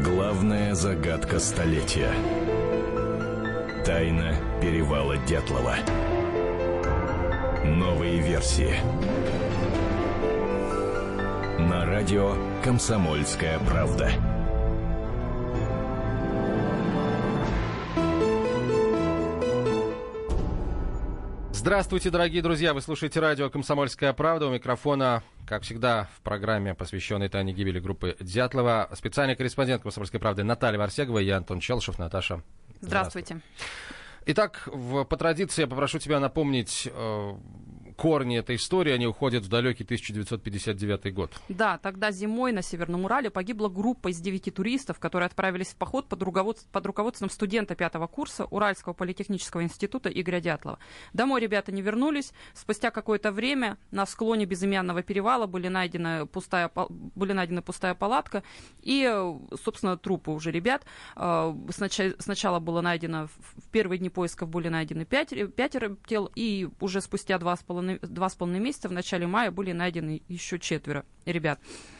Главная загадка столетия. Тайна перевала Дятлова. Новые версии. На радио «Комсомольская правда». Здравствуйте, дорогие друзья! Вы слушаете радио «Комсомольская правда». У микрофона, как всегда, в программе, посвященной тайне гибели группы Дятлова, специальный корреспондент «Комсомольской правды» Наталья Варсегова и я, Антон Челшев. Наташа, здравствуйте. Итак, по традиции я попрошу тебя напомнить корни этой истории. Они уходят в далекий 1959 год. Да, тогда зимой на Северном Урале погибла группа из 9 туристов, которые отправились в поход под руководством студента 5-го курса Уральского политехнического института Игоря Дятлова. Домой ребята не вернулись. Спустя какое-то время на склоне безымянного перевала была найдена пустая палатка и, собственно, трупы уже ребят. Сначала было найдено, в первые дни поисков были найдены 5 тел, и уже спустя 2,5 месяца, в начале мая, были найдены еще 4 ребят.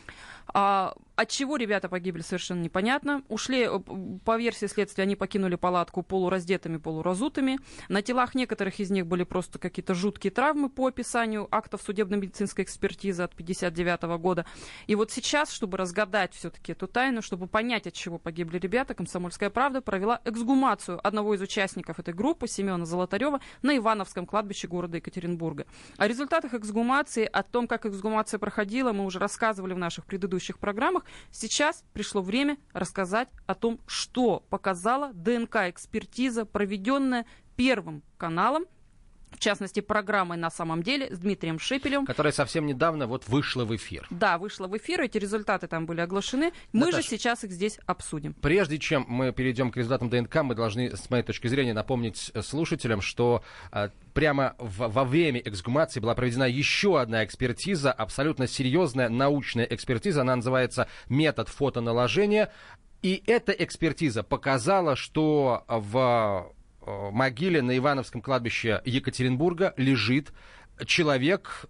От чего ребята погибли, совершенно непонятно. Ушли, по версии следствия, они покинули палатку полураздетыми, полуразутыми. На телах некоторых из них были просто какие-то жуткие травмы по описанию актов судебно-медицинской экспертизы от 1959 года. И вот сейчас, чтобы разгадать все-таки эту тайну, чтобы понять, от чего погибли ребята, «Комсомольская правда» провела эксгумацию одного из участников этой группы, Семена Золотарева, на Ивановском кладбище города Екатеринбурга. О результатах эксгумации, о том, как эксгумация проходила, мы уже рассказывали в наших предыдущих программах. Сейчас пришло время рассказать о том, что показала ДНК-экспертиза, проведенная Первым каналом, в частности, программой «На самом деле» с Дмитрием Шепелевым. Которая совсем недавно вышла в эфир. Да, вышла в эфир, эти результаты там были оглашены. Мы же сейчас их здесь обсудим. Прежде чем мы перейдем к результатам ДНК, мы должны, с моей точки зрения, напомнить слушателям, что прямо во время эксгумации была проведена еще одна экспертиза, абсолютно серьезная научная экспертиза. Она называется «Метод фотоналожения». И эта экспертиза показала, что в могиле на Ивановском кладбище Екатеринбурга лежит человек,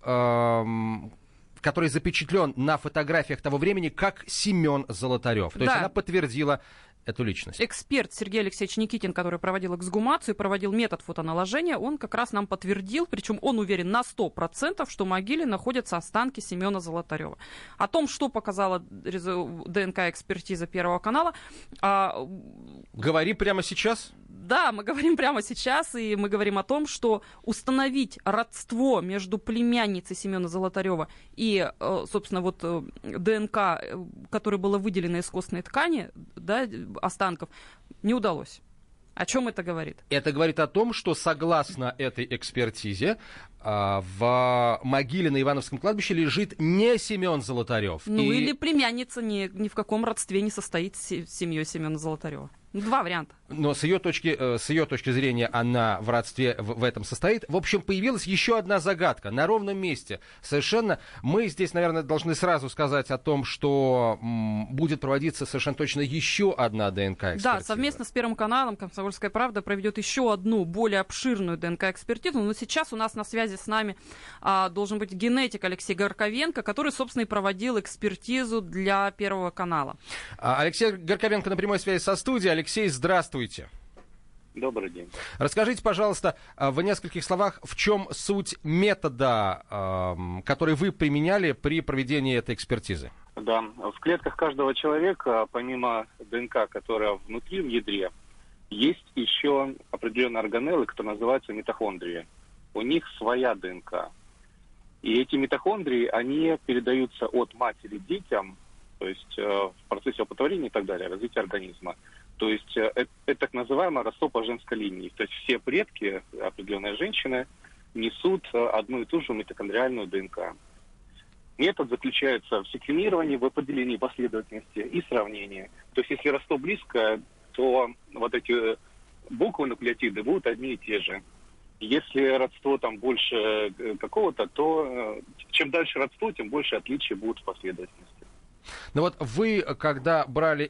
который запечатлен на фотографиях того времени как Семен Золотарев. То есть она подтвердила эту личность. Эксперт Сергей Алексеевич Никитин, который проводил эксгумацию, проводил метод фотоналожения, он как раз нам подтвердил, причем он уверен на 100%, что в могиле находятся останки Семена Золотарева. О том, что показала ДНК-экспертиза Первого канала... Говори прямо сейчас? Да, мы говорим прямо сейчас, и мы говорим о том, что установить родство между племянницей Семена Золотарева и, собственно, вот ДНК, которое было выделено из костной ткани, да, останков, не удалось. О чем это говорит? Это говорит о том, что согласно этой экспертизе в могиле на Ивановском кладбище лежит не Семен Золотарев. Или племянница ни в каком родстве не состоит с семьей Семена Золотарева. Два варианта. Но с ее точки зрения она в родстве в этом состоит. В общем, появилась еще одна загадка на ровном месте. Совершенно мы здесь, наверное, должны сразу сказать о том, что будет проводиться совершенно точно еще одна ДНК-экспертиза. Да, совместно с Первым каналом «Комсомольская правда» проведет еще одну более обширную ДНК-экспертизу. Но сейчас у нас на связи с нами должен быть генетик Алексей Горковенко, который, собственно, и проводил экспертизу для Первого канала. Алексей Горковенко на прямой связи со студией. Алексей, здравствуйте. Добрый день. Расскажите, пожалуйста, в нескольких словах, в чем суть метода, который вы применяли при проведении этой экспертизы? Да, в клетках каждого человека, помимо ДНК, которая внутри, в ядре, есть еще определенные органеллы, которые называются митохондрии. У них своя ДНК. И эти митохондрии, они передаются от матери детям, то есть в процессе оплодотворения и так далее, развития организма. То есть это так называемое родство по женской линии. То есть все предки определенной женщины несут одну и ту же митохондриальную ДНК. Метод заключается в секвенировании, в определении последовательности и сравнении. То есть если родство близко, то вот эти буквы нуклеотиды будут одни и те же. Если родство там больше какого-то, то чем дальше родство, тем больше отличий будут в последовательности. Но вот вы, когда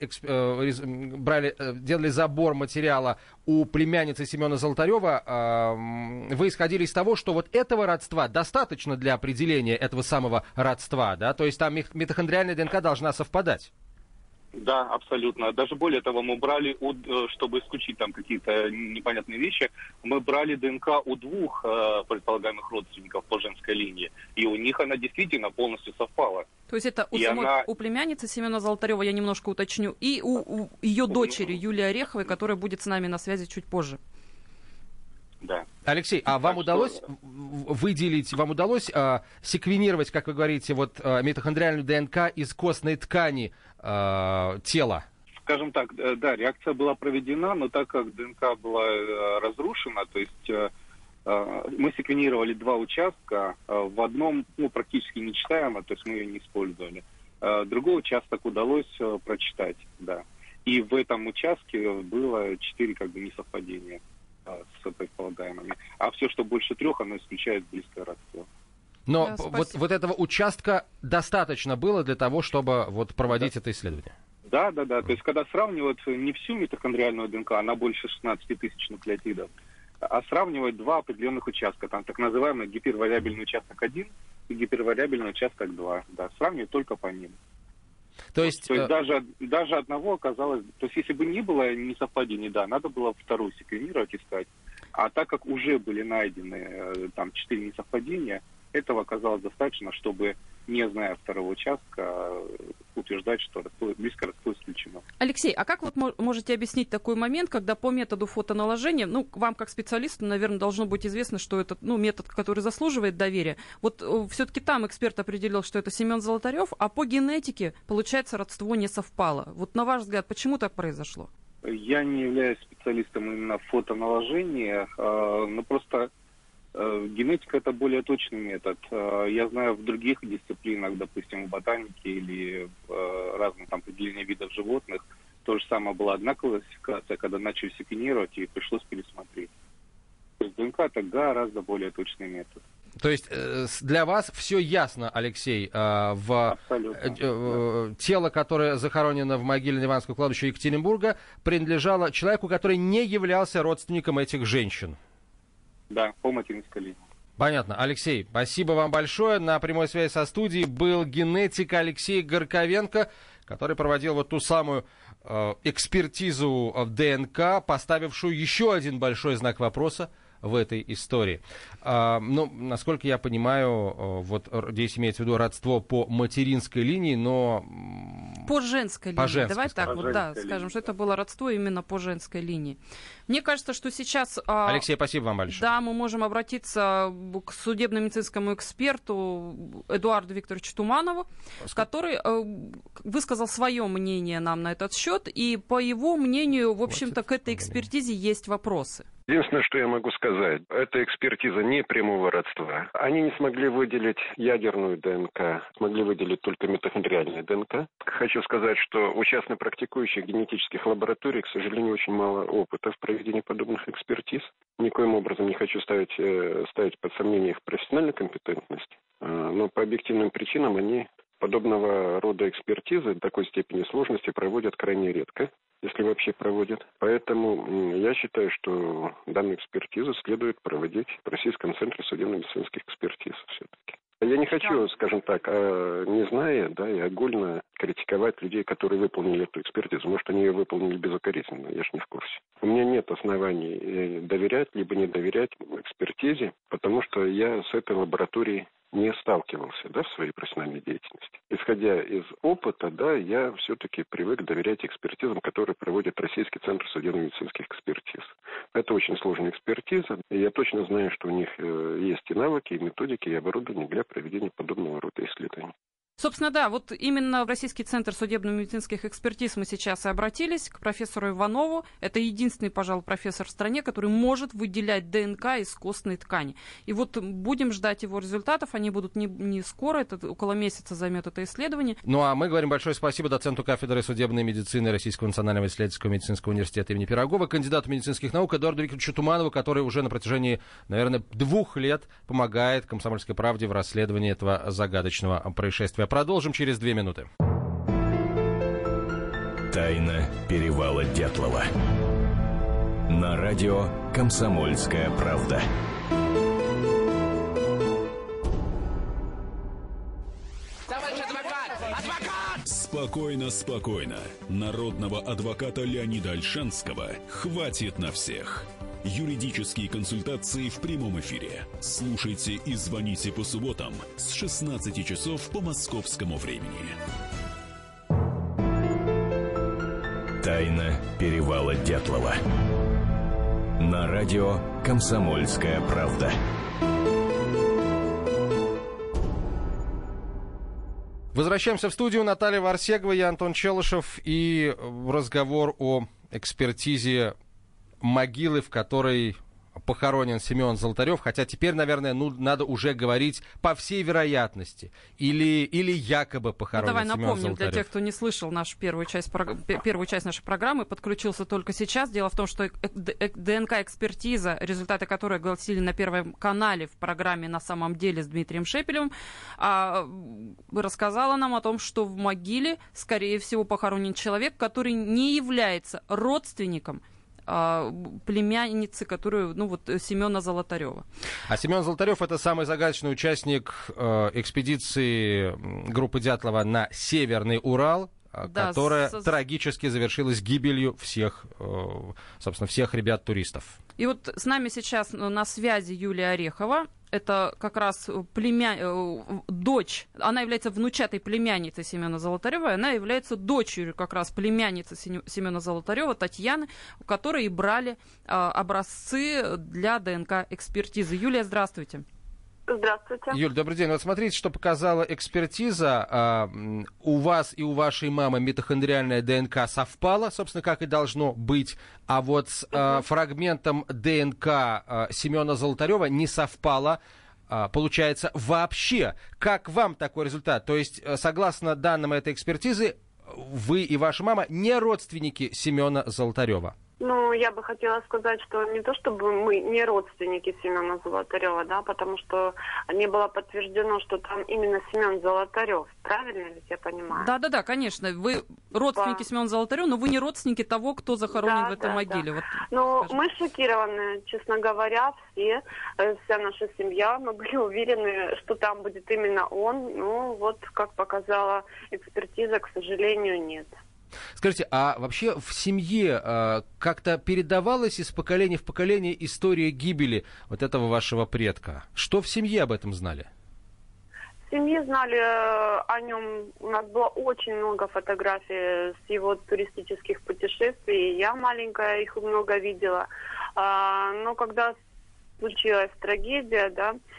делали забор материала у племянницы Семена Золотарева, вы исходили из того, что вот этого родства достаточно для определения этого самого родства, да? То есть там митохондриальная ДНК должна совпадать. Да, абсолютно. Даже более того, мы брали, чтобы исключить там какие-то непонятные вещи, мы брали ДНК у 2 предполагаемых родственников по женской линии, и у них она действительно полностью совпала. То есть это у племянницы Семена Золотарева, я немножко уточню, и у ее дочери Юлии Ореховой, которая будет с нами на связи чуть позже. Да. Алексей, а вам удалось выделить, вам удалось секвенировать, как вы говорите, вот митохондриальную ДНК из костной ткани тела? Скажем так, да, реакция была проведена, но так как ДНК была разрушена, то есть мы секвенировали 2 участка, в одном практически нечитаемо, то есть мы ее не использовали. Другой участок удалось прочитать, да. И в этом участке было 4 несовпадения с предполагаемыми. А все, что больше 3, оно исключает близкое родство. Но вот этого участка достаточно было для того, чтобы проводить это исследование? Да. То есть, когда сравнивают не всю митохондриальную ДНК, она больше 16 тысяч нуклеотидов, а сравнивают 2 определенных участка. Там так называемый гипервариабельный участок 1 и гипервариабельный участок 2. Да, сравнивают только по ним. То есть даже одного оказалось... То есть если бы не было несовпадений, да, надо было 2 секвенировать, искать. А так как уже были найдены там 4 несовпадения, этого оказалось достаточно, чтобы, не зная 2 участка, утверждать, что близкое родство исключено. Алексей, а как можете объяснить такой момент, когда по методу фотоналожения, вам как специалисту, наверное, должно быть известно, что это метод, который заслуживает доверия. Вот все-таки там эксперт определил, что это Семен Золотарев, а по генетике, получается, родство не совпало. Вот на ваш взгляд, почему так произошло? Я не являюсь специалистом именно фотоналожения, но просто генетика — это более точный метод. Я знаю в других дисциплинах, допустим, в ботанике или в разных определениях видов животных, то же самое была одна классификация, когда начали секвенировать, и пришлось пересмотреть. То есть ДНК — это гораздо более точный метод. То есть для вас все ясно, Алексей, тело, которое захоронено в могиле на Ивановском кладбище Екатеринбурга, принадлежало человеку, который не являлся родственником этих женщин? Да, по материнской линии. Понятно. Алексей, спасибо вам большое. На прямой связи со студией был генетик Алексей Горковенко, который проводил ту самую экспертизу ДНК, поставившую еще один большой знак вопроса в этой истории. Насколько я понимаю, здесь имеется в виду родство по материнской линии, но... По женской линии. Давай так скажем, скажем, что это было родство именно по женской линии. Мне кажется, что сейчас... Алексей, спасибо вам большое. Да, мы можем обратиться к судебно-медицинскому эксперту Эдуарду Викторовичу Туманову, который высказал свое мнение нам на этот счет, и по его мнению, в общем-то, к этой экспертизе есть вопросы. Единственное, что я могу сказать, это экспертиза не прямого родства. Они не смогли выделить ядерную ДНК, смогли выделить только митохондриальную ДНК. Хочу сказать, что у частно практикующих генетических лабораторий, к сожалению, очень мало опыта в проведении подобных экспертиз. Никоим образом не хочу ставить под сомнение их профессиональную компетентность, но по объективным причинам они подобного рода экспертизы в такой степени сложности проводят крайне редко, если вообще проводят. Поэтому я считаю, что данную экспертизу следует проводить в Российском центре судебно-медицинских экспертиз все-таки. Я не хочу, скажем так, не зная, и огульно критиковать людей, которые выполнили эту экспертизу. Может, они ее выполнили безукоризненно, я же не в курсе. У меня нет оснований доверять, либо не доверять экспертизе, потому что я с этой лабораторией не сталкивался, в своей профессиональной деятельности. Исходя из опыта, я все-таки привык доверять экспертизам, которые проводит Российский центр судебно-медицинских экспертиз. Это очень сложная экспертиза, и я точно знаю, что у них есть и навыки, и методики, и оборудование для проведения подобного рода исследований. Собственно, именно в Российский центр судебно-медицинских экспертиз мы сейчас и обратились к профессору Иванову. Это единственный, пожалуй, профессор в стране, который может выделять ДНК из костной ткани. И будем ждать его результатов. Они будут не скоро, это около месяца займет это исследование. Ну а мы говорим большое спасибо доценту кафедры судебной медицины Российского национального исследовательского медицинского университета имени Пирогова, кандидату медицинских наук Эдуарду Викторовичу Туманову, который уже на протяжении, наверное, 2 лет помогает «Комсомольской правде» в расследовании этого загадочного происшествия. Продолжим через 2 минуты. Тайна перевала Дятлова. На радио «Комсомольская правда». Спокойно, спокойно. Народного адвоката Леонида Ольшанского хватит на всех. Юридические консультации в прямом эфире. Слушайте и звоните по субботам с 16 часов по московскому времени. Тайна перевала Дятлова. На радио «Комсомольская правда». Возвращаемся в студию. Наталья Варсегова, я Антон Челышев. И разговор о экспертизе могилы, в которой похоронен Семен Золотарев. Хотя теперь, наверное, надо уже говорить по всей вероятности. Или якобы похоронен Семен Золотарев. Давай напомним для тех, кто не слышал нашу первую часть нашей программы, подключился только сейчас. Дело в том, что ДНК-экспертиза, результаты которой гласили на Первом канале в программе «На самом деле» с Дмитрием Шепелевым, рассказала нам о том, что в могиле, скорее всего, похоронен человек, который не является родственником племянницы, которую, Семена Золотарева. А Семен Золотарев — это самый загадочный участник экспедиции группы Дятлова на Северный Урал, которая трагически завершилась гибелью всех ребят-туристов. И вот с нами сейчас на связи Юлия Орехова. Это как раз дочь, она является внучатой племянницей Семена Золотарева, она является дочерью как раз племянницы Семена Золотарева, Татьяны, у которой и брали образцы для ДНК-экспертизы. Юлия, здравствуйте. Здравствуйте. Юль, добрый день. Вот смотрите, что показала экспертиза. У вас и у вашей мамы митохондриальная ДНК совпала, собственно, как и должно быть. А вот с фрагментом ДНК Семена Золотарева не совпала, получается, вообще. Как вам такой результат? То есть, согласно данным этой экспертизы, вы и ваша мама не родственники Семена Золотарева. Я бы хотела сказать, что не то чтобы мы не родственники Семена Золотарева, да, потому что не было подтверждено, что там именно Семен Золотарев. Правильно ли я понимаю? Да, конечно. Вы родственники Семена Золотарева, но вы не родственники того, кто захоронен в этой могиле. Да. Вот, мы шокированы, честно говоря, вся наша семья. Мы были уверены, что там будет именно он. Как показала экспертиза, к сожалению, нет. Скажите, а вообще в семье как-то передавалась из поколения в поколение история гибели вот этого вашего предка? Что в семье об этом знали? В семье знали о нем. У нас было очень много фотографий с его туристических путешествий. Я маленькая их много видела. Но когда случилась трагедия,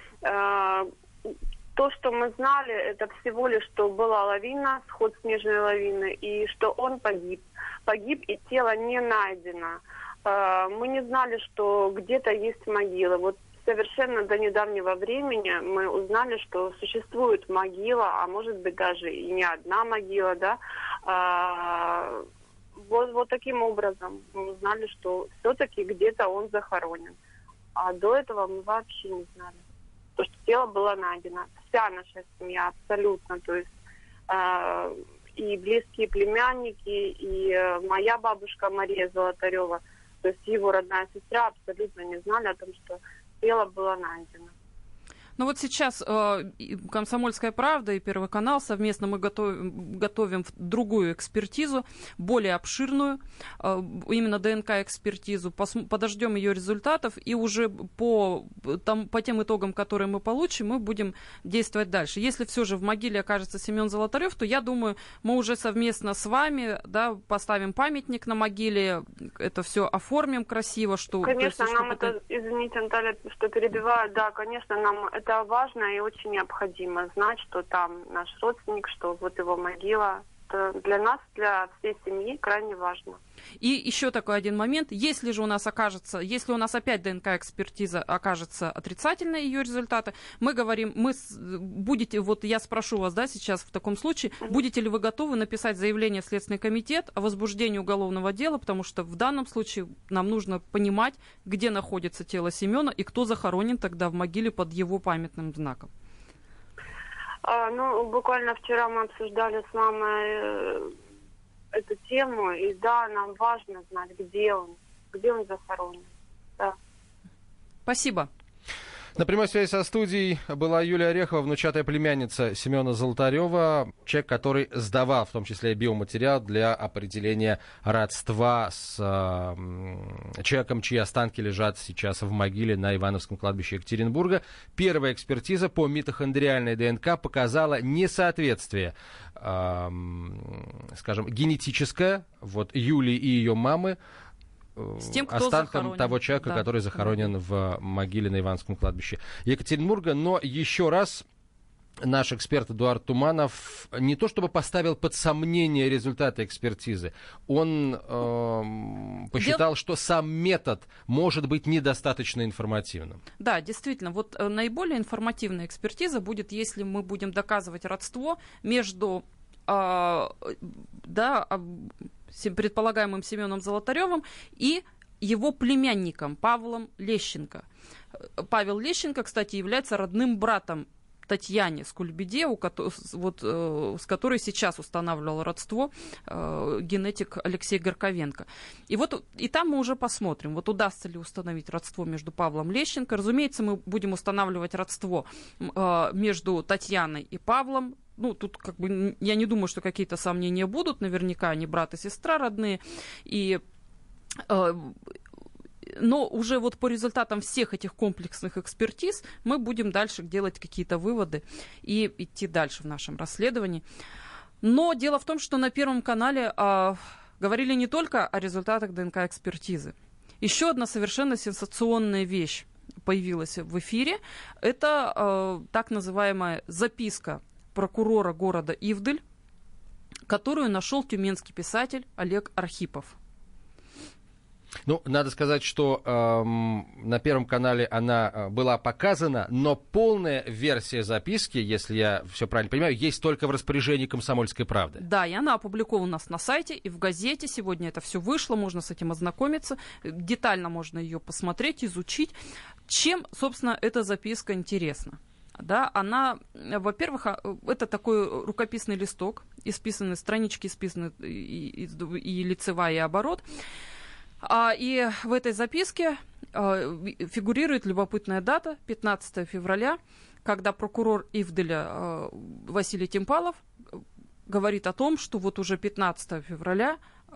то, что мы знали, это всего лишь, что была лавина, сход снежной лавины, и что он погиб. Погиб, и тело не найдено. Мы не знали, что где-то есть могила. Вот совершенно до недавнего времени мы узнали, что существует могила, а может быть даже и не одна могила, да. Вот таким образом мы узнали, что все-таки где-то он захоронен. А до этого мы вообще не знали, что тело было найдено. Вся наша семья абсолютно, то есть и близкие племянники, и моя бабушка Мария Золотарева, то есть его родная сестра абсолютно не знали о том, что тело было найдено. Ну вот сейчас «Комсомольская правда» и Первый канал совместно мы готовим другую экспертизу, более обширную, именно ДНК-экспертизу. Подождем ее результатов, и уже по тем итогам, которые мы получим, мы будем действовать дальше. Если все же в могиле окажется Семен Золотарев, то я думаю, мы уже совместно с вами поставим памятник на могиле, это все оформим красиво. Конечно, нам это, извините, Наталья, что перебиваю, да, конечно, нам это важно и очень необходимо знать, что там наш родственник, что вот его могила. Это для нас, для всей семьи крайне важно. И еще такой один момент. Если у нас опять ДНК-экспертиза окажется отрицательной, ее результаты, мы говорим, я спрошу вас, сейчас в таком случае, будете ли вы готовы написать заявление в Следственный комитет о возбуждении уголовного дела, потому что в данном случае нам нужно понимать, где находится тело Семена и кто захоронен тогда в могиле под его памятным знаком. Буквально вчера мы обсуждали с мамой эту тему, и да, нам важно знать, где он захоронен. Да. Спасибо. На прямой связи со студией была Юлия Орехова, внучатая племянница Семена Золотарева, человек, который сдавал, в том числе и биоматериал для определения родства с человеком, чьи останки лежат сейчас в могиле на Ивановском кладбище Екатеринбурга. Первая экспертиза по митохондриальной ДНК показала несоответствие, скажем, генетическое, вот Юлии и ее мамы, с тем, кто останкам захоронен. того человека, Да. который захоронен в могиле на Ивановском кладбище Екатеринбурга. Но еще раз наш эксперт Эдуард Туманов не то чтобы поставил под сомнение результаты экспертизы, он посчитал, что сам метод может быть недостаточно информативным. Да, действительно, вот наиболее информативная экспертиза будет, если мы будем доказывать родство между предполагаемым Семеном Золотаревым и его племянником Павлом Лещенко. Павел Лещенко, кстати, является родным братом Татьяне Скульбиде, с которой сейчас устанавливал родство генетик Алексей Горковенко. И там мы уже посмотрим, вот удастся ли установить родство между Павлом Лещенко. Разумеется, мы будем устанавливать родство между Татьяной и Павлом. Ну, тут как бы я не думаю, что какие-то сомнения будут. Наверняка они брат и сестра родные. Но уже вот по результатам всех этих комплексных экспертиз мы будем дальше делать какие-то выводы и идти дальше в нашем расследовании. Но дело в том, что на Первом канале говорили не только о результатах ДНК-экспертизы. Еще одна совершенно сенсационная вещь появилась в эфире. Это так называемая записка прокурора города Ивдель, которую нашел тюменский писатель Олег Архипов. Ну, надо сказать, что на Первом канале она была показана, но полная версия записки, если я все правильно понимаю, есть только в распоряжении «Комсомольской правды». Да, и она опубликована у нас на сайте и в газете. Сегодня это все вышло, можно с этим ознакомиться. Детально можно ее посмотреть, изучить. Чем, собственно, эта записка интересна? Да, она, во-первых, это такой рукописный листок, исписаны странички, исписаны и лицевая, и оборот. И в этой записке фигурирует любопытная дата, 15 февраля, когда прокурор Ивделя Василий Тимпалов говорит о том, что вот уже 15 февраля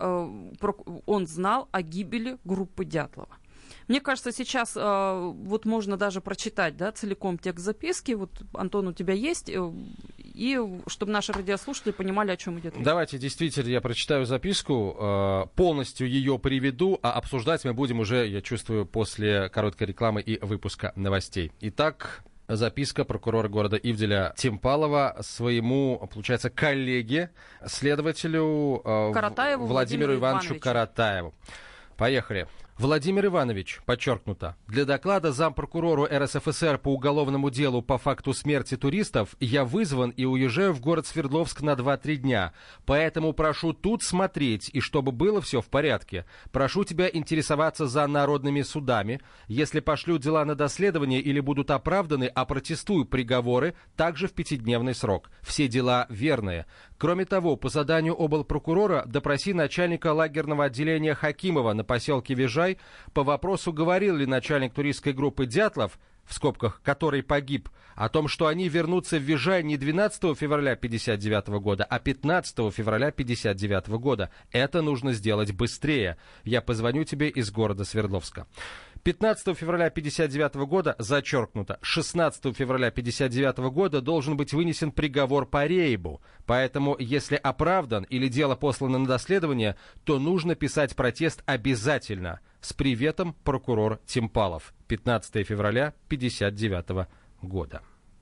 он знал о гибели группы Дятлова. Мне кажется, сейчас вот можно даже прочитать, да, целиком текст записки. Вот, Антон, у тебя есть, и чтобы наши радиослушатели понимали, о чем идет речь. Давайте, действительно, я прочитаю записку, полностью ее приведу, а обсуждать мы будем уже, я чувствую, после короткой рекламы и выпуска новостей. Итак, записка прокурора города Ивделя Тимпалова своему, получается, коллеге, следователю Владимиру Ивановичу Каратаеву. Поехали. Владимир Иванович, подчеркнуто, для доклада зампрокурору РСФСР по уголовному делу по факту смерти туристов я вызван и уезжаю в город Свердловск на 2-3 дня. Поэтому прошу тут смотреть, и чтобы было все в порядке. Прошу тебя интересоваться за народными судами. Если пошлют дела на доследование или будут оправданы, опротестую приговоры также в 5-дневный срок. Все дела верные. Кроме того, по заданию облпрокурора допроси начальника лагерного отделения Хакимова на поселке Вижай по вопросу, говорил ли начальник туристской группы Дятлов, в скобках, который погиб, о том, что они вернутся в Вижай не 12 февраля 1959 года, а 15 февраля 1959 года. Это нужно сделать быстрее. Я позвоню тебе из города Свердловска. 15 февраля 1959 года, зачеркнуто, 16 февраля 1959 года должен быть вынесен приговор по рейбу. Поэтому, если оправдан или дело послано на доследование, то нужно писать протест обязательно. С приветом, прокурор Тимпалов. 15 февраля 1959 года.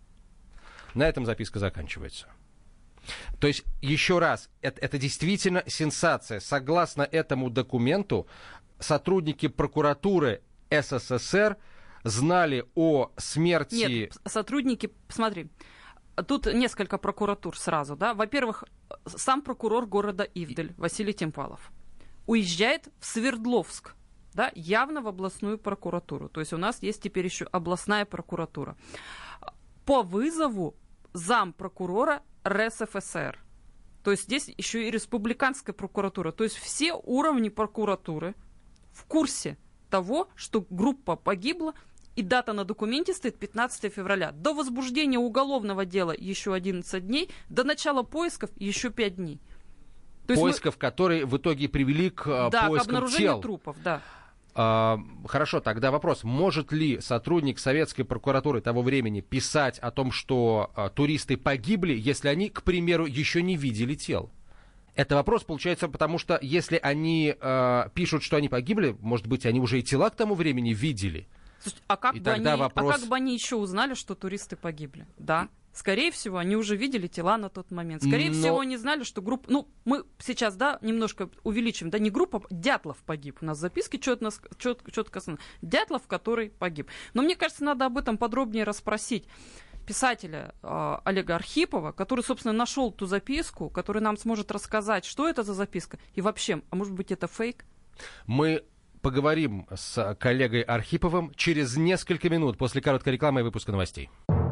На этом записка заканчивается. То есть, еще раз, это действительно сенсация. Согласно этому документу, сотрудники прокуратуры СССР знали о смерти... Нет, сотрудники, смотри, тут несколько прокуратур сразу, да. Во-первых, сам прокурор города Ивдель Василий Тимпалов уезжает в Свердловск, да, явно в областную прокуратуру. То есть у нас есть теперь еще областная прокуратура. По вызову зампрокурора РСФСР. То есть здесь еще и республиканская прокуратура. То есть все уровни прокуратуры в курсе того, что группа погибла, и дата на документе стоит 15 февраля. До возбуждения уголовного дела еще 11 дней, до начала поисков еще 5 дней. То поисков, которые в итоге привели к поискам к обнаружению тел. трупов, да. Хорошо, тогда вопрос. Может ли сотрудник советской прокуратуры того времени писать о том, что туристы погибли, если они, к примеру, еще не видели тел? Это вопрос, получается, потому что если они пишут, что они погибли, может быть, они уже и тела к тому времени видели. Слушайте, а как бы они еще узнали, что туристы погибли? Да. Скорее всего, они уже видели тела на тот момент. Скорее всего, они знали, что группа... Ну, мы сейчас, да, немножко увеличим. Да, не группа, Дятлов погиб. У нас в записке четко сказано. Дятлов, который погиб. Но мне кажется, надо об этом подробнее расспросить писателя Олега Архипова, который, собственно, нашел ту записку, который нам сможет рассказать, что это за записка. И вообще, а может быть, это фейк? Мы поговорим с коллегой Архиповым через несколько минут после короткой рекламы и выпуска новостей.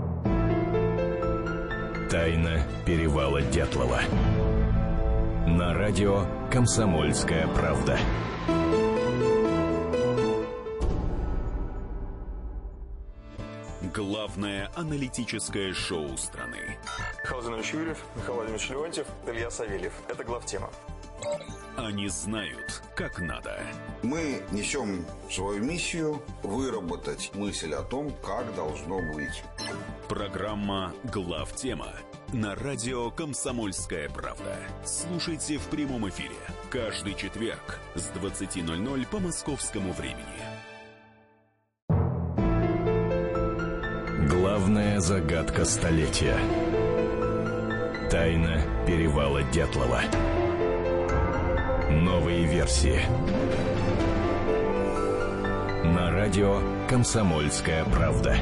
Тайна перевала Дятлова. На радио «Комсомольская правда». Главное аналитическое шоу страны. Михаил Владимирович Юрьев, Михаил Владимирович Леонтьев, Илья Савельев. Это главтема. Они знают, как надо. Мы несем свою миссию выработать мысль о том, как должно быть. Программа «Главтема» на радио «Комсомольская правда». Слушайте в прямом эфире каждый четверг с 20:00 по московскому времени. Главная загадка столетия. Тайна перевала Дятлова. Новые версии. На радио «Комсомольская правда».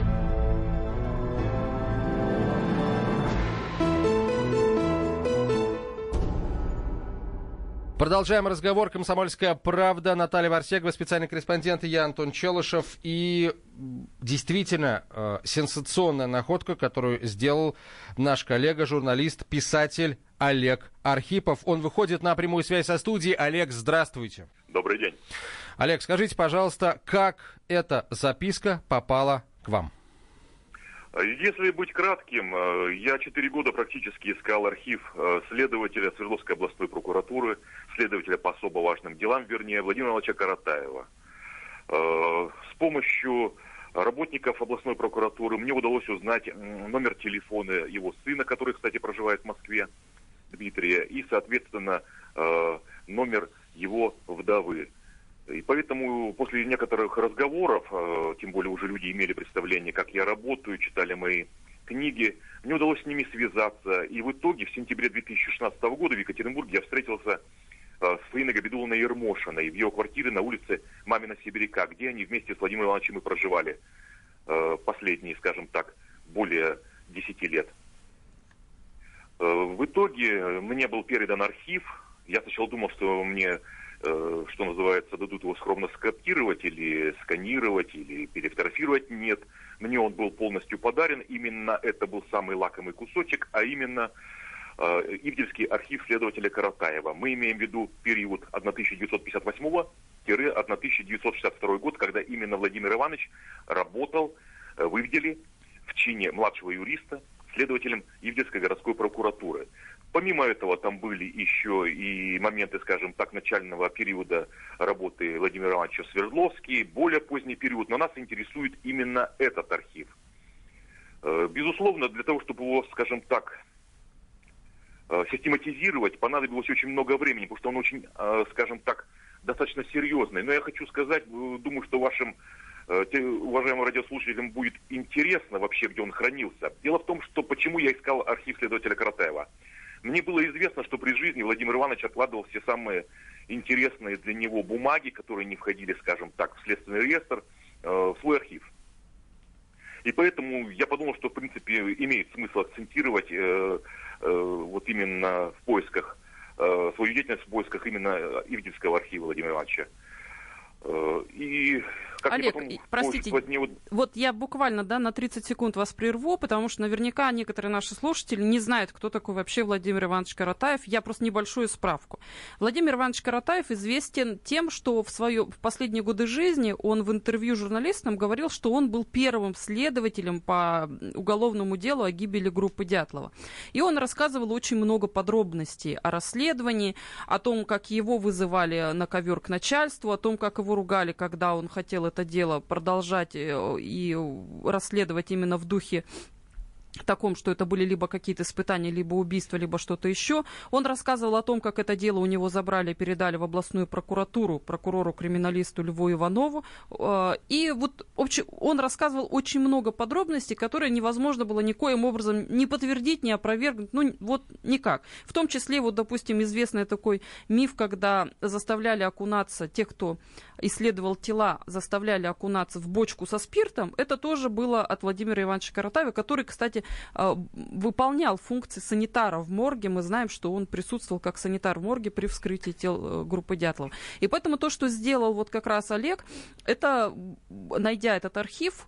Продолжаем разговор. «Комсомольская правда». Наталья Варсегова, специальный корреспондент, и я, Антон Челышев. И действительно сенсационная находка, которую сделал наш коллега, журналист, писатель Олег Архипов. Он выходит на прямую связь со студией. Олег, здравствуйте. Добрый день. Олег, скажите, пожалуйста, как эта записка попала к вам? Если быть кратким, я 4 года практически искал архив следователя Свердловской областной прокуратуры, следователя по особо важным делам, вернее, Владимира Ивановича Каратаева. С помощью работников областной прокуратуры мне удалось узнать номер телефона его сына, который, кстати, проживает в Москве, Дмитрия, и, соответственно, номер его вдовы. И поэтому после некоторых разговоров, тем более уже люди имели представление, как я работаю, читали мои книги, мне удалось с ними связаться. И в итоге в сентябре 2016 года в Екатеринбурге я встретился с Фаиной Габидулловной Ермошиной в ее квартире на улице Мамина Сибиряка, где они вместе с Владимиром Ивановичем и проживали последние, скажем так, более 10 лет. В итоге мне был передан архив. Я сначала думал, что мне, что называется, дадут его скромно скопировать или сканировать, или перефотографировать. Нет, мне он был полностью подарен. Именно это был самый лакомый кусочек, а именно Ивдельский архив следователя Каратаева. Мы имеем в виду период 1958-1962 год, когда именно Владимир Иванович работал в Ивделе в чине младшего юриста, следователем Ивдельской городской прокуратуры. Помимо этого, там были еще и моменты, скажем так, начального периода работы Владимира Ивановича в Свердловске, более поздний период, но нас интересует именно этот архив. Безусловно, для того, чтобы его, скажем так, систематизировать, понадобилось очень много времени, потому что он очень, скажем так, достаточно серьезный. Но я хочу сказать, думаю, что вашим уважаемым радиослушателям будет интересно вообще, где он хранился. Дело в том, что почему я искал архив следователя Каратаева. Мне было известно, что при жизни Владимир Иванович откладывал все самые интересные для него бумаги, которые не входили, скажем так, в следственный реестр, в свой архив. И поэтому я подумал, что, в принципе, имеет смысл акцентировать вот именно в поисках, свою деятельность в поисках именно Ивдельского архива Владимира Ивановича. И Как Олег, простите, вот я буквально на 30 секунд вас прерву, потому что наверняка некоторые наши слушатели не знают, кто такой вообще Владимир Иванович Каратаев. Я просто небольшую справку. Владимир Иванович Каратаев известен тем, что в последние годы жизни он в интервью журналистам говорил, что он был первым следователем по уголовному делу о гибели группы Дятлова. И он рассказывал очень много подробностей о расследовании, о том, как его вызывали на ковер к начальству, о том, как его ругали, когда он хотел это дело продолжать и расследовать именно в духе таком, что это были либо какие-то испытания, либо убийства, либо что-то еще. Он рассказывал о том, как это дело у него забрали и передали в областную прокуратуру прокурору-криминалисту Льву Иванову. И вот он рассказывал очень много подробностей, которые невозможно было никоим образом ни подтвердить, ни опровергнуть, ну вот никак. В том числе, вот, допустим, известный такой миф, когда заставляли окунаться тех, кто исследовал тела, заставляли окунаться в бочку со спиртом, это тоже было от Владимира Ивановича Каратаева, который, кстати, выполнял функции санитара в морге. Мы знаем, что он присутствовал как санитар в морге при вскрытии тел группы Дятлова. И поэтому то, что сделал вот как раз Олег, это, найдя этот архив,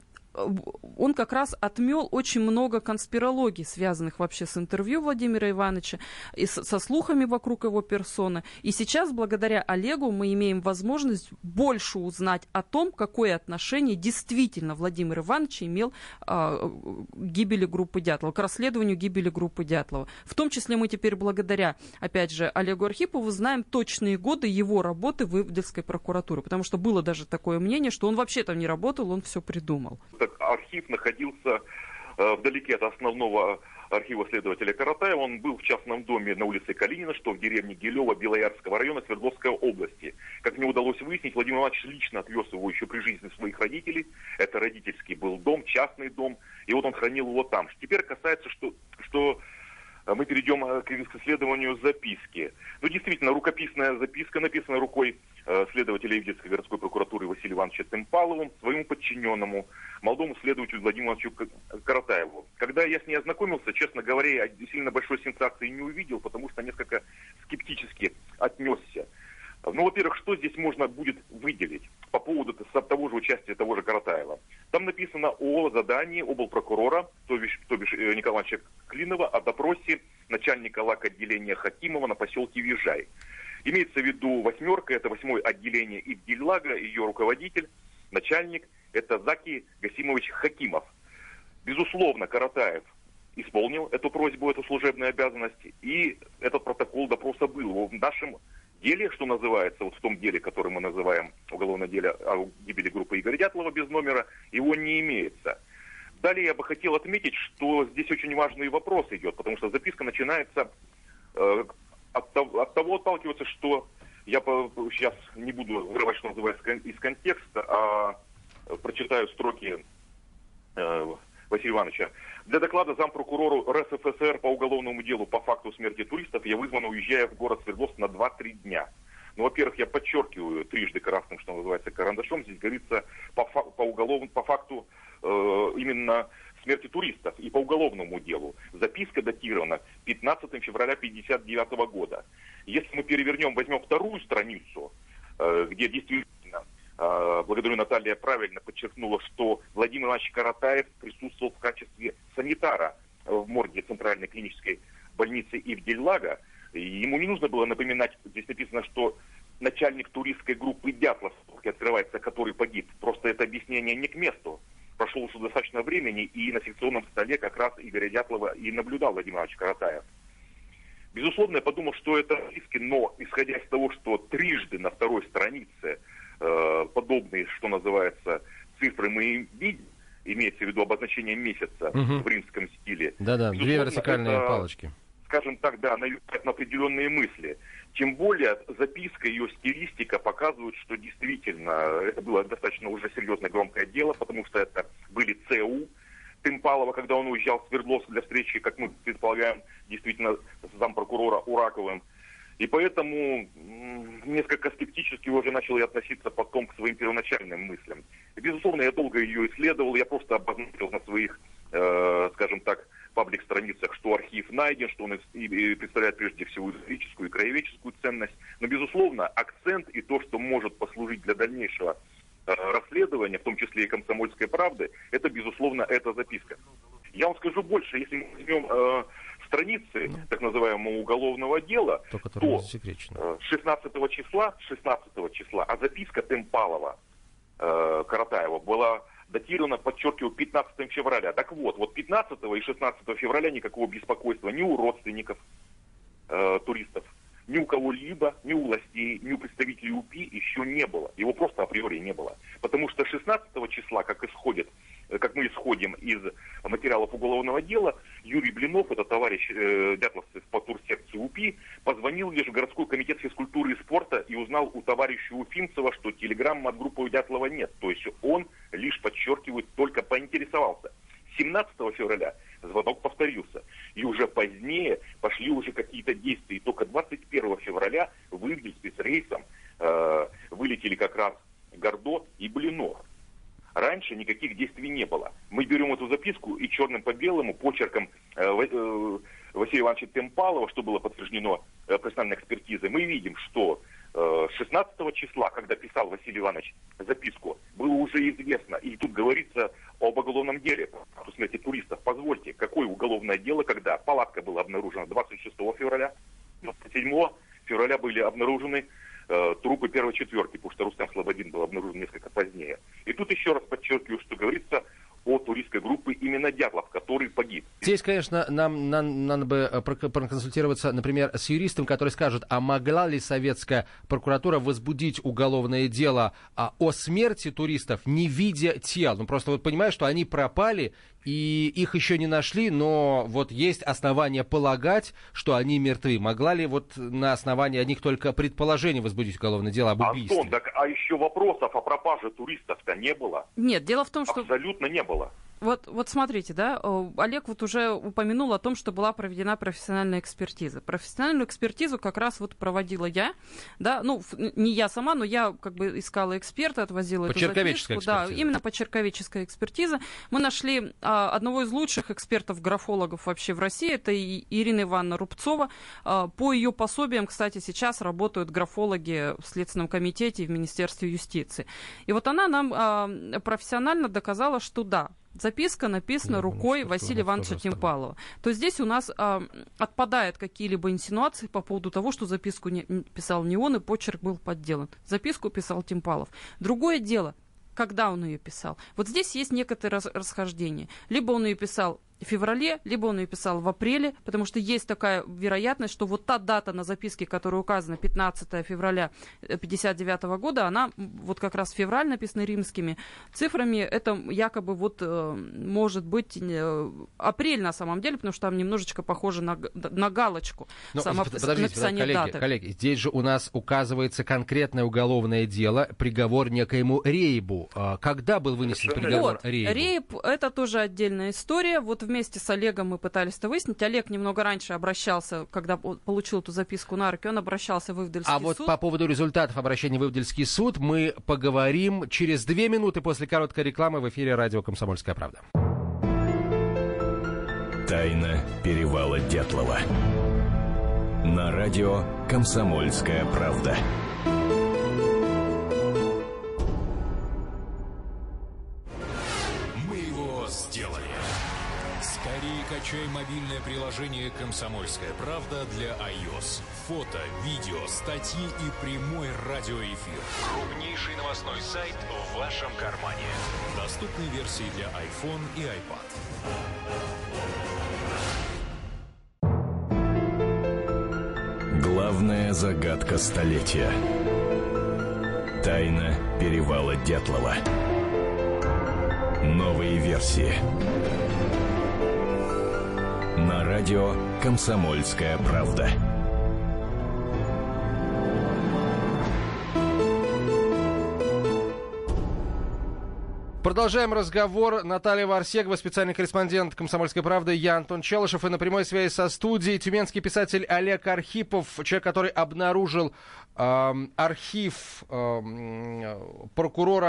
он как раз отмел очень много конспирологий, связанных вообще с интервью Владимира Ивановича, и со слухами вокруг его персоны. И сейчас, благодаря Олегу, мы имеем возможность больше узнать о том, какое отношение действительно Владимир Иванович имел к гибели группы Дятлова, к расследованию гибели группы Дятлова. В том числе мы теперь благодаря, опять же, Олегу Архипову знаем точные годы его работы в Ивделской прокуратуре, потому что было даже такое мнение, что он вообще там не работал, он все придумал. Архив находился вдалеке от основного архива следователя Каратаева. Он был в частном доме на улице Калинина, что в деревне Гилева Белоярского района Свердловской области. Как мне удалось выяснить, Владимир Иванович лично отвез его еще при жизни своих родителей. Это родительский был дом, частный дом, и вот он хранил его там. Теперь касается, что мы перейдем к исследованию записки. Ну, действительно, рукописная записка, написанная рукой следователя Ивделской городской прокуратуры Василия Ивановича Тымпаловым, своему подчиненному, молодому следователю Владимиру Ивановичу Каратаеву. Когда я с ней ознакомился, честно говоря, я сильно большой сенсации не увидел, потому что несколько скептически отнесся. Ну, во-первых, что здесь можно будет выделить по поводу того же участия того же Каратаева? Там написано о задании облпрокурора, то бишь Николая Ивановича Клинова, о допросе начальника лак-отделения Хакимова на поселке Вижай. Имеется в виду восьмерка, это 8-е отделение Ивдельлага, ее руководитель, начальник, это Заки Гасимович Хакимов. Безусловно, Каратаев исполнил эту просьбу, эту служебную обязанность, и этот протокол допроса был. В нашем деле, что называется, вот в том деле, которое мы называем уголовное дело о гибели группы Игоря Дятлова без номера, его не имеется. Далее я бы хотел отметить, что здесь очень важный вопрос идет, потому что записка начинается от того отталкиваться, что я сейчас не буду вырывать, что называется, из контекста, а прочитаю строки Василия Ивановича. Для доклада зампрокурору РСФСР по уголовному делу по факту смерти туристов я вызван, уезжая в город Свердловск на 2-3 дня. Ну, во-первых, я подчеркиваю трижды красным, что называется, карандашом. Здесь говорится по факту именно смерти туристов и по уголовному делу. Записка датирована 15 февраля 1959 года. Если мы перевернем, возьмем вторую страницу, где действительно, благодарю, Наталья правильно подчеркнула, что Владимир Иванович Каратаев присутствовал в качестве санитара в морге Центральной клинической больницы Ивдельлага. Ему не нужно было напоминать, здесь написано, что начальник туристской группы Дятлов, открывается, который погиб. Просто это объяснение не к месту. Прошло уже достаточно времени, и на секционном столе как раз Игоря Дятлова и наблюдал Владимир Иванович Каратаев. Безусловно, я подумал, что это риски, но исходя из того, что трижды на второй странице подобные, что называется, цифры мы видим, имеется в виду обозначение месяца в римском стиле. Да-да, две вертикальные палочки. Скажем так, да, навевает на определенные мысли. Тем более записка, ее стилистика показывают, что действительно это было достаточно уже серьезное громкое дело, потому что это были ЦУ Тымпалова, когда он уезжал в Свердловск для встречи, как мы предполагаем, действительно с зампрокурора Ураковым. И поэтому несколько скептически уже начал я относиться потом к своим первоначальным мыслям. И, безусловно, я долго ее исследовал, я просто обозначил на своих, скажем так, паблик-страницах, что архив найден, что он представляет прежде всего историческую и краеведческую ценность. Но, безусловно, акцент и то, что может послужить для дальнейшего расследования, в том числе и «Комсомольской правды», это, безусловно, эта записка. Я вам скажу больше, если мы возьмем страницы так называемого уголовного дела, то 16 числа, а записка Темпалова, Каратаева была датирована, подчеркиваю, 15 февраля. Так вот 15 и 16 февраля никакого беспокойства ни у родственников туристов, ни у кого-либо, ни у властей, ни у представителей УПИ еще не было. Его просто априори не было. Потому что 16 числа, как мы исходим из материалов уголовного дела, Юрий Блинов, это товарищ дятловцев по турсекции УПИ, позвонил лишь в городской комитет физкультуры и спорта и узнал у товарища Уфимцева, что телеграммы от группы у Дятлова нет. То есть он лишь, подчеркивает, только поинтересовался. 17 февраля звонок повторился. И уже позднее пошли уже какие-то действия. И только 21 февраля в Ивдель спецрейсом вылетели как раз Гордо и Блинов. Раньше никаких действий не было. Мы берем эту записку и черным по белому почерком Василия Ивановича Темпалова, что было подтверждено профессиональной экспертизой, мы видим, что 16 числа, когда писал Василий Иванович записку, было уже известно, и тут говорится об уголовном деле о смерти туристов. Позвольте, какое уголовное дело, когда палатка была обнаружена 26 февраля, 27 февраля были обнаружены трупы первой четверки, потому что Рустам Слободин был обнаружен несколько позднее. И тут еще раз подчеркиваю, что говорится о туристской группе именно Дятлов, который погиб. Здесь, конечно, нам надо бы проконсультироваться, например, с юристом, который скажет, а могла ли советская прокуратура возбудить уголовное дело о смерти туристов, не видя тел? Ну, просто вот понимаю, что они пропали, и их еще не нашли, но вот есть основания полагать, что они мертвы. Могла ли вот на основании одних только предположений возбудить уголовное дело об убийстве? Антон, так а еще вопросов о пропаже туристов-то не было? Нет, дело в том, что... Абсолютно не было. Вот смотрите, да, Олег вот уже упомянул о том, что была проведена профессиональная экспертиза. Профессиональную экспертизу как раз вот проводила я, да, ну, не я сама, но я как бы искала эксперта, отвозила эту записку. Да, именно почерковедческая экспертиза. Мы нашли одного из лучших экспертов-графологов вообще в России, это Ирина Ивановна Рубцова. По ее пособиям, кстати, сейчас работают графологи в Следственном комитете и в Министерстве юстиции. И вот она нам профессионально доказала, что да, записка написана рукой Василия Ивановича Темпалова. То есть здесь у нас отпадают какие-либо инсинуации по поводу того, что записку писал не он, и почерк был подделан. Записку писал Темпалов. Другое дело, когда он ее писал. Вот здесь есть некоторые расхождения. Либо он ее писал в феврале, либо он ее писал в апреле, потому что есть такая вероятность, что вот та дата на записке, которая указана, 15 февраля 1959 года, она вот как раз февраль, написана римскими цифрами, это якобы вот может быть апрель на самом деле, потому что там немножечко похоже на галочку. Подождите, коллеги, здесь же у нас указывается конкретное уголовное дело, приговор некоему Рейбу. Когда был вынесен приговор Рейбу? Рейб — это тоже отдельная история. Вот вместе с Олегом мы пытались это выяснить. Олег немного раньше обращался, когда получил эту записку на руки, он обращался в Ивдельский суд. А вот по поводу результатов обращения в Ивдельский суд мы поговорим через 2 минуты после короткой рекламы в эфире радио «Комсомольская правда». Тайна перевала Дятлова. На радио «Комсомольская правда». Скачай мобильное приложение «Комсомольская правда» для iOS. Фото, видео, статьи и прямой радиоэфир. Крупнейший новостной сайт в вашем кармане. Доступны версии для iPhone и iPad. Главная загадка столетия. Тайна перевала Дятлова. Новые версии. На радио «Комсомольская правда». Продолжаем разговор. Наталья Варсегова, специальный корреспондент «Комсомольской правды», я Антон Челышев. И на прямой связи со студией тюменский писатель Олег Архипов, человек, который обнаружил архив прокурора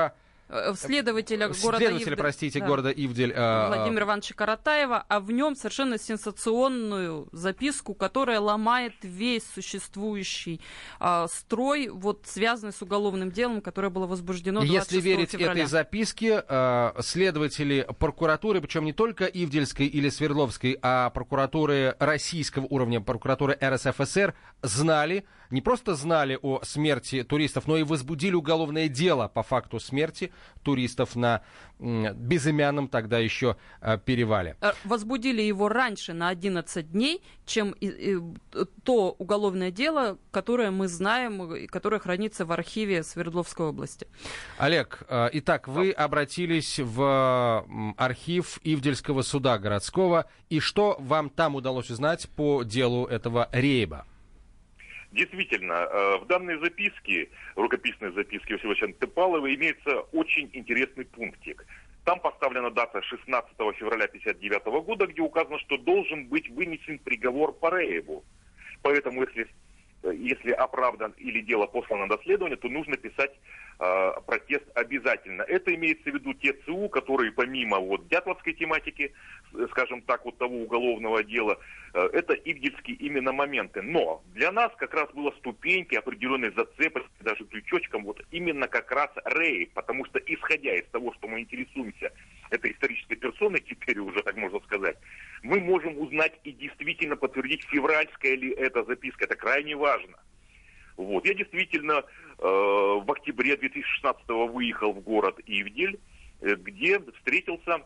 следователя города Ивдель Владимира Ивановича Каратаева, а в нем совершенно сенсационную записку, которая ломает весь существующий строй, вот, связанный с уголовным делом, которое было возбуждено 26 Если верить февраля. этой записке, следователи прокуратуры, причем не только Ивдельской или Свердловской, а прокуратуры российского уровня, прокуратуры РСФСР, знали, не просто знали о смерти туристов, но и возбудили уголовное дело по факту смерти туристов на безымянном тогда еще перевале. Возбудили его раньше на 11 дней, чем то уголовное дело, которое мы знаем, которое хранится в архиве Свердловской области. Олег, итак, вы обратились в архив Ивдельского суда городского, и что вам там удалось узнать по делу этого рейба? Действительно, в данной записке, рукописной записке Василия Васильевича Тыпалова, имеется очень интересный пунктик. Там поставлена дата 16 февраля 1959 года, где указано, что должен быть вынесен приговор по Рейбу. Поэтому, если оправдан или дело послано на доследование, то нужно писать протест обязательно. Это имеется в виду те ЦУ, которые помимо дятловской тематики, скажем так, того уголовного дела, это ивдельские именно моменты. Но для нас как раз было ступеньки, определенной зацепочки, даже крючочком, именно как раз рейд, потому что исходя из того, что мы интересуемся этой исторической персоной, теперь уже так можно сказать, мы можем узнать и действительно подтвердить, февральская ли эта записка. Это крайне важно. Я действительно в октябре 2016-го выехал в город Ивдель, где встретился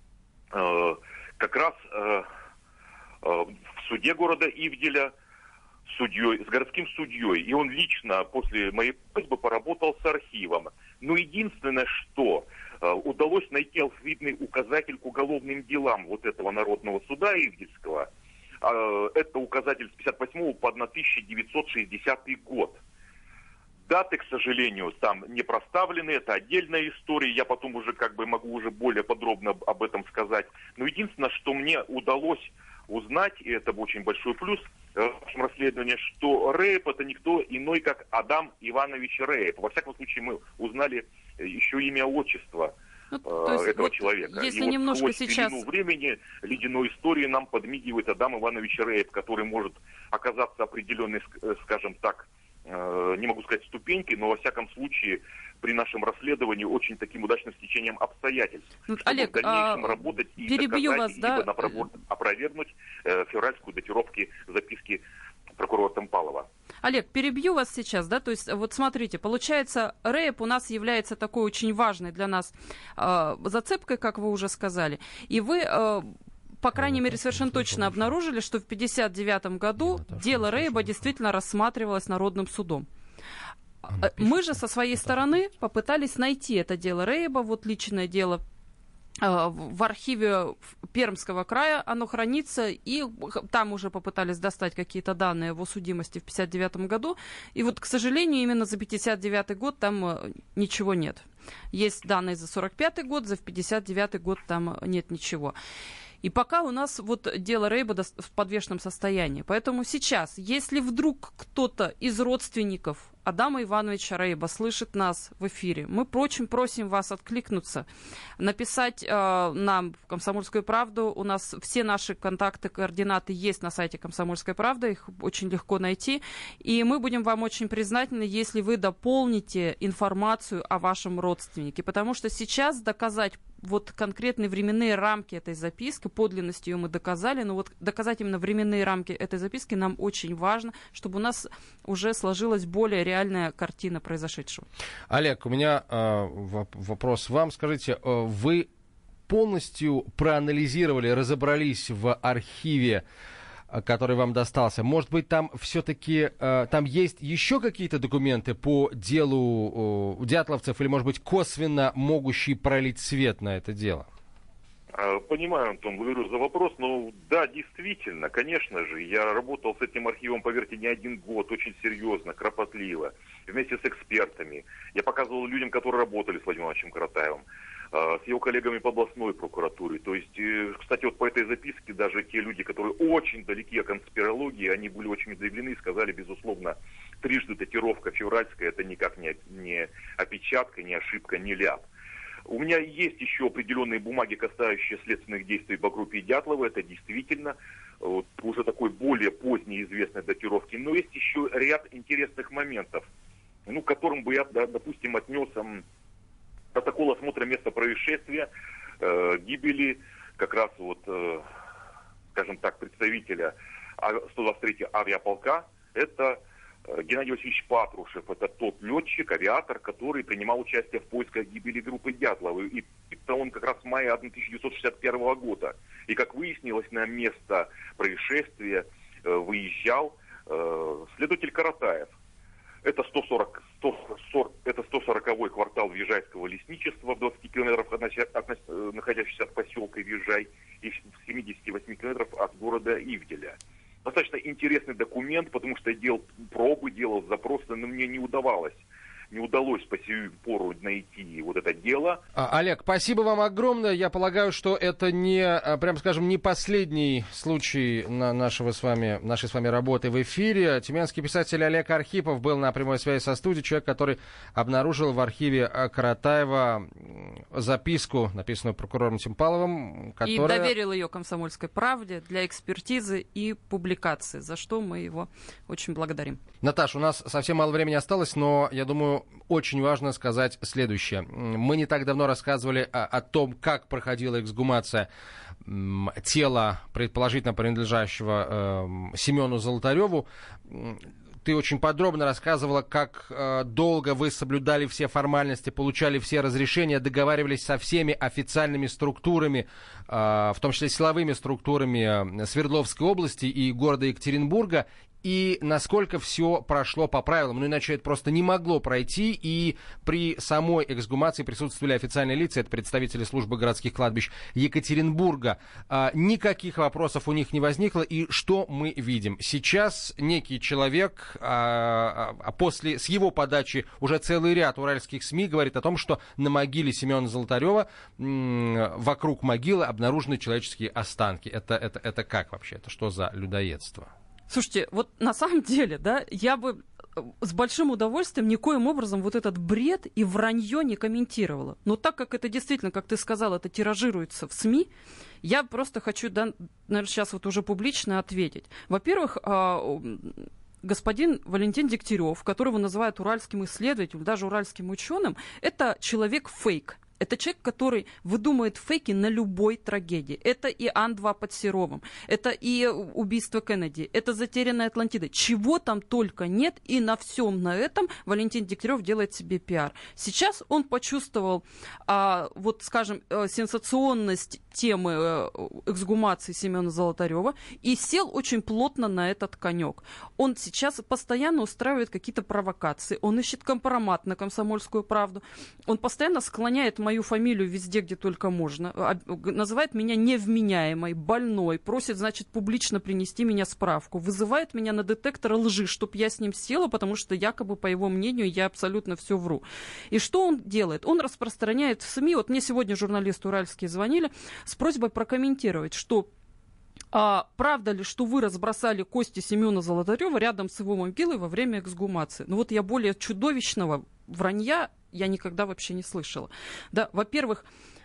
как раз в суде города Ивделя с городским судьей. И он лично после моей просьбы поработал с архивом. Но единственное, что удалось найти алфавитный указатель к уголовным делам этого народного суда Ивдельского. Это указатель с 1958 по 1960 год. Даты, к сожалению, там не проставлены, это отдельная история, я потом уже могу уже более подробно об этом сказать. Но единственное, что мне удалось узнать, и это очень большой плюс в нашем расследовании, что Рейп это никто иной, как Адам Иванович Рейп. Во всяком случае, мы узнали еще имя, отчество этого человека. Если и немножко сквозь сейчас... пелену времени, ледяной истории нам подмигивает Адам Иванович Рейп, который может оказаться определенной, скажем так, не могу сказать ступеньки, но во всяком случае при нашем расследовании очень таким удачным стечением обстоятельств. Чтобы Олег, в дальнейшем работать и доказать, либо опровергнуть февральскую датировку записки прокурора Тымпалова. Олег, перебью вас сейчас, то есть смотрите, получается, Рейп у нас является такой очень важной для нас зацепкой, как вы уже сказали, и вы... по крайней мере, совершенно точно обнаружили, что в 1959 году дело Рейба действительно рассматривалось Народным судом. Мы же со своей стороны попытались найти это дело Рейба, личное дело в архиве Пермского края, оно хранится, и там уже попытались достать какие-то данные о его судимости в 1959 году, и к сожалению, именно за 1959 год там ничего нет. Есть данные за 1945 год, за 1959 год там нет ничего. И пока у нас дело Рейба в подвешенном состоянии. Поэтому сейчас, если вдруг кто-то из родственников Адама Ивановича Рейба слышит нас в эфире, мы просим вас откликнуться, написать нам в «Комсомольскую правду». У нас все наши контакты, координаты есть на сайте «Комсомольской правды», их очень легко найти. И мы будем вам очень признательны, если вы дополните информацию о вашем родственнике, потому что сейчас доказать конкретные временные рамки этой записки, подлинность ее мы доказали, но доказать именно временные рамки этой записки нам очень важно, чтобы у нас уже сложилась более реальная картина произошедшего. Олег, у меня вопрос вам. Скажите, вы полностью проанализировали, разобрались в архиве, который вам достался? Может быть, там все-таки там есть еще какие-то документы по делу дятловцев или, может быть, косвенно могущие пролить свет на это дело? Понимаю, Антон, благодарю за вопрос, но да, действительно, конечно же, я работал с этим архивом, поверьте, не один год, очень серьезно, кропотливо, вместе с экспертами. Я показывал людям, которые работали с Владимиром Ивановичем Каратаевым, с его коллегами по областной прокуратуре. То есть, кстати, по этой записке даже те люди, которые очень далеки от конспирологии, они были очень удивлены и сказали, безусловно, трижды датировка февральская, это никак не опечатка, не ошибка, не ляп. У меня есть еще определенные бумаги, касающиеся следственных действий по группе Дятлова. Это действительно уже такой более поздней известной датировки. Но есть еще ряд интересных моментов, к которым бы я, допустим, отнес протокол осмотра места происшествия, гибели как раз скажем так, представителя 123-й авиаполка. Это Геннадий Васильевич Патрушев, это тот летчик, авиатор, который принимал участие в поисках гибели группы Дятлова. И это он как раз в мае 1961 года. И, как выяснилось, на место происшествия выезжал следователь Каратаев. Это 140-й квартал Вижайского лесничества в 20 километрах, находящийся от поселка Вижай, и в 78 километрах от города Ивделя. Достаточно интересный документ, потому что я делал пробы, делал запросы, но мне не удалось по сию пору найти это дело. Олег, спасибо вам огромное. Я полагаю, что это не последний случай нашей с вами работы в эфире. Тюменский писатель Олег Архипов был на прямой связи со студией. Человек, который обнаружил в архиве Каратаева записку, написанную прокурором Тимпаловым, и доверил ее «Комсомольской правде» для экспертизы и публикации, за что мы его очень благодарим. Наташа, у нас совсем мало времени осталось, но я думаю, очень важно сказать следующее. Мы не так давно рассказывали о том, как проходила эксгумация тела, предположительно принадлежащего Семену Золотареву. Ты очень подробно рассказывала, как долго вы соблюдали все формальности, получали все разрешения, договаривались со всеми официальными структурами, в том числе силовыми структурами Свердловской области и города Екатеринбурга, и насколько все прошло по правилам. Иначе это просто не могло пройти, и при самой эксгумации присутствовали официальные лица, это представители службы городских кладбищ Екатеринбурга. Никаких вопросов у них не возникло, и что мы видим? Сейчас некий человек, с его подачи уже целый ряд уральских СМИ говорит о том, что на могиле Семена Золотарева вокруг могилы обнаружены человеческие останки. Это как вообще? Это что за людоедство? Слушайте, на самом деле, я бы с большим удовольствием никоим образом этот бред и вранье не комментировала. Но так как это действительно, как ты сказал, это тиражируется в СМИ, я просто хочу, наверное, сейчас уже публично ответить. Во-первых, господин Валентин Дегтярев, которого называют уральским исследователем, даже уральским ученым, это человек-фейк. Это человек, который выдумывает фейки на любой трагедии. Это и Ан-2 под Серовым, это и убийство Кеннеди, это затерянная Атлантида. Чего там только нет, и на всем на этом Валентин Дегтярев делает себе пиар. Сейчас он почувствовал, сенсационность темы эксгумации Семена Золотарева и сел очень плотно на этот конек. Он сейчас постоянно устраивает какие-то провокации, он ищет компромат на «Комсомольскую правду», он постоянно склоняет мою фамилию везде, где только можно, называет меня невменяемой, больной, просит, публично принести меня справку, вызывает меня на детектор лжи, чтобы я с ним села, потому что якобы, по его мнению, я абсолютно все вру. И что он делает? Он распространяет в СМИ, мне сегодня журналисты уральские звонили с просьбой прокомментировать, что правда ли, что вы разбросали кости Семена Золотарева рядом с его могилой во время эксгумации? Я более чудовищного вранья я никогда вообще не слышала. Во-первых,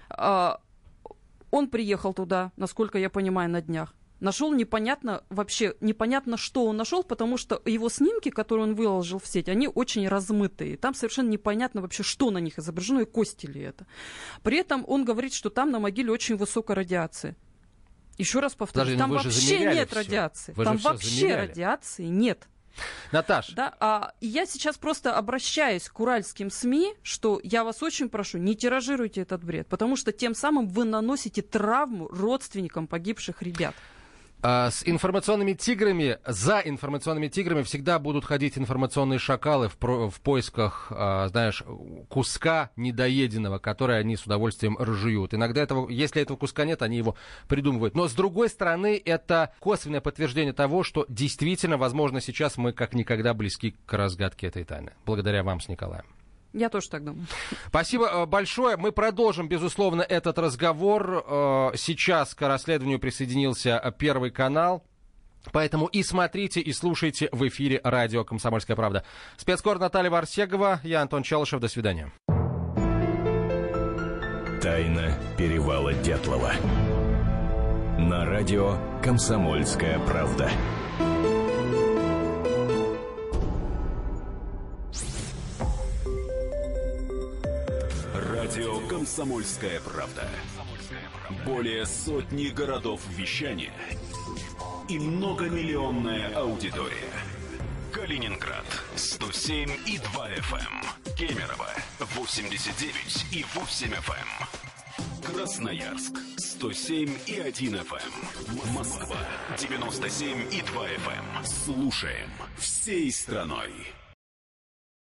он приехал туда, насколько я понимаю, на днях. Нашел непонятно, что он нашел, потому что его снимки, которые он выложил в сеть, они очень размытые. Там совершенно непонятно вообще, что на них изображено и кости ли это. При этом он говорит, что там на могиле очень высокая радиация. Еще раз повторюсь, там вообще нет радиации. Там вообще радиации нет. Наташ. Я сейчас просто обращаюсь к уральским СМИ, что я вас очень прошу, не тиражируйте этот бред, потому что тем самым вы наносите травму родственникам погибших ребят. С информационными тиграми, за информационными тиграми всегда будут ходить информационные шакалы в поисках, куска недоеденного, который они с удовольствием разжуют. Иногда если этого куска нет, они его придумывают. Но, с другой стороны, это косвенное подтверждение того, что действительно, возможно, сейчас мы как никогда близки к разгадке этой тайны. Благодаря вам с Николаем. Я тоже так думаю. Спасибо большое. Мы продолжим, безусловно, этот разговор. Сейчас к расследованию присоединился Первый канал. Поэтому и смотрите, и слушайте в эфире радио «Комсомольская правда». Спецкор Наталья Варсегова, я Антон Челышев. До свидания. Тайна перевала Дятлова. На радио «Комсомольская правда». Радио «Комсомольская правда». Более сотни городов вещания и многомиллионная аудитория. Калининград 107,2 FM. Кемерово 89,8 FM. Красноярск 107,1 FM. Москва 97,2 FM. Слушаем всей страной.